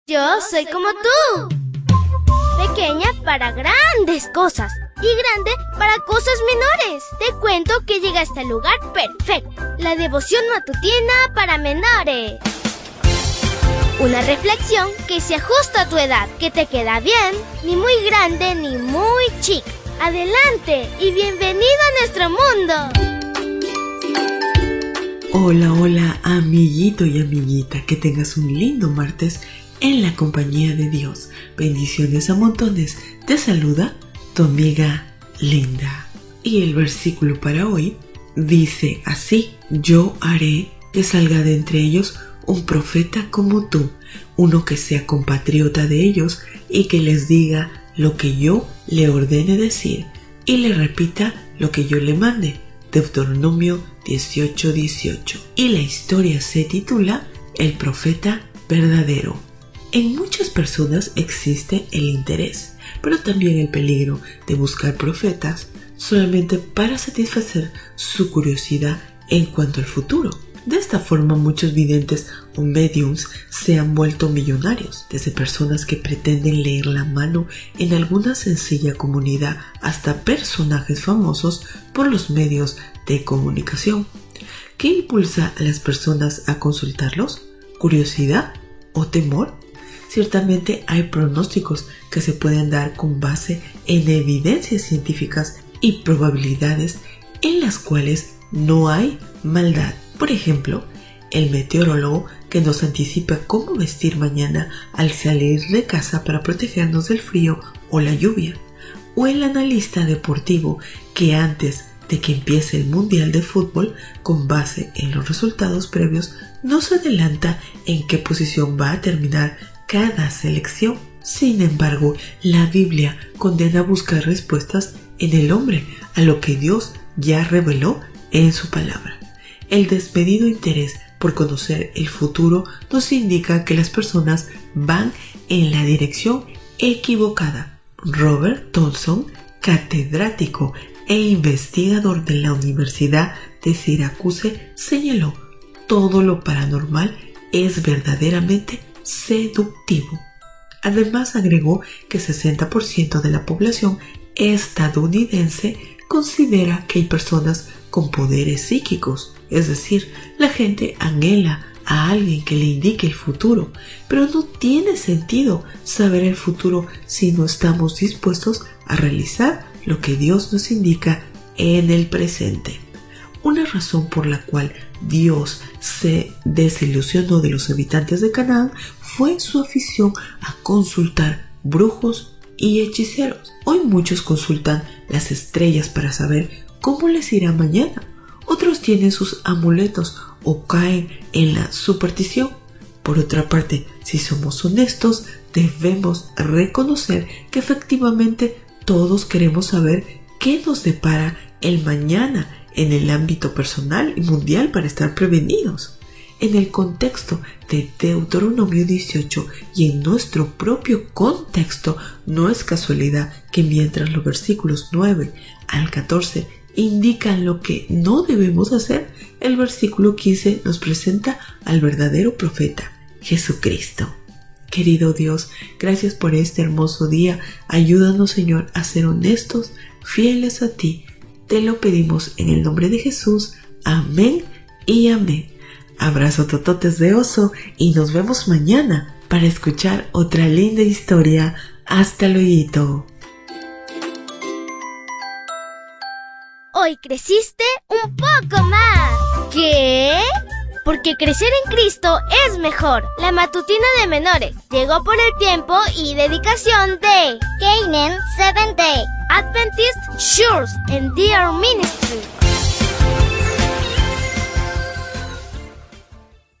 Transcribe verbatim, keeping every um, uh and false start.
Yo soy como tú. Pequeña para grandes cosas y grande para cosas menores. Te cuento que llegaste al lugar perfecto. La devoción matutina para menores. Una reflexión que se ajusta a tu edad, que te queda bien, ni muy grande ni muy chica. Adelante y bienvenido a nuestro mundo. Hola, hola, amiguito y amiguita, que tengas un lindo martes en la compañía de Dios. Bendiciones a montones. Te saluda tu amiga Linda. Y el versículo para hoy dice así: yo haré que salga de entre ellos un profeta como tú, uno que sea compatriota de ellos y que les diga lo que yo le ordene decir y le repita lo que yo le mande. Deuteronomio dieciocho dieciocho. Y la historia se titula El profeta verdadero. En muchas personas existe el interés, pero también el peligro de buscar profetas solamente para satisfacer su curiosidad en cuanto al futuro. De esta forma, muchos videntes o mediums se han vuelto millonarios, desde personas que pretenden leer la mano en alguna sencilla comunidad hasta personajes famosos por los medios de comunicación. ¿Qué impulsa a las personas a consultarlos? ¿Curiosidad o temor? Ciertamente hay pronósticos que se pueden dar con base en evidencias científicas y probabilidades en las cuales no hay maldad. Por ejemplo, el meteorólogo que nos anticipa cómo vestir mañana al salir de casa para protegernos del frío o la lluvia, o el analista deportivo que antes de que empiece el Mundial de Fútbol, con base en los resultados previos, nos adelanta en qué posición va a terminar cada selección. Sin embargo, la Biblia condena a buscar respuestas en el hombre a lo que Dios ya reveló en su palabra. El desmedido interés por conocer el futuro nos indica que las personas van en la dirección equivocada. Robert Thompson, catedrático e investigador de la Universidad de Syracuse, señaló: todo lo paranormal es verdaderamente seductivo. Además, agregó que el sesenta por ciento de la población estadounidense considera que hay personas con poderes psíquicos, es decir, la gente anhela a alguien que le indique el futuro, pero no tiene sentido saber el futuro si no estamos dispuestos a realizar lo que Dios nos indica en el presente. Una razón por la cual Dios se desilusionó de los habitantes de Canaán fue su afición a consultar brujos y hechiceros. Hoy muchos consultan las estrellas para saber cómo les irá mañana. Otros tienen sus amuletos o caen en la superstición. Por otra parte, si somos honestos, debemos reconocer que efectivamente todos queremos saber qué nos depara el mañana en el ámbito personal y mundial para estar prevenidos. En el contexto de Deuteronomio dieciocho y en nuestro propio contexto, no es casualidad que mientras los versículos nueve al catorce indican lo que no debemos hacer, el versículo quince nos presenta al verdadero profeta, Jesucristo. Querido Dios, gracias por este hermoso día. Ayúdanos, Señor, a ser honestos, fieles a ti. Te lo pedimos en el nombre de Jesús. Amén y amén. Abrazo tototes de oso y nos vemos mañana para escuchar otra linda historia. Hasta luego. Hoy creciste un poco más. ¿Qué? Porque crecer en Cristo es mejor. La matutina de menores llegó por el tiempo y dedicación de Canaan Seventh Day Adventist Church and Dear Ministry.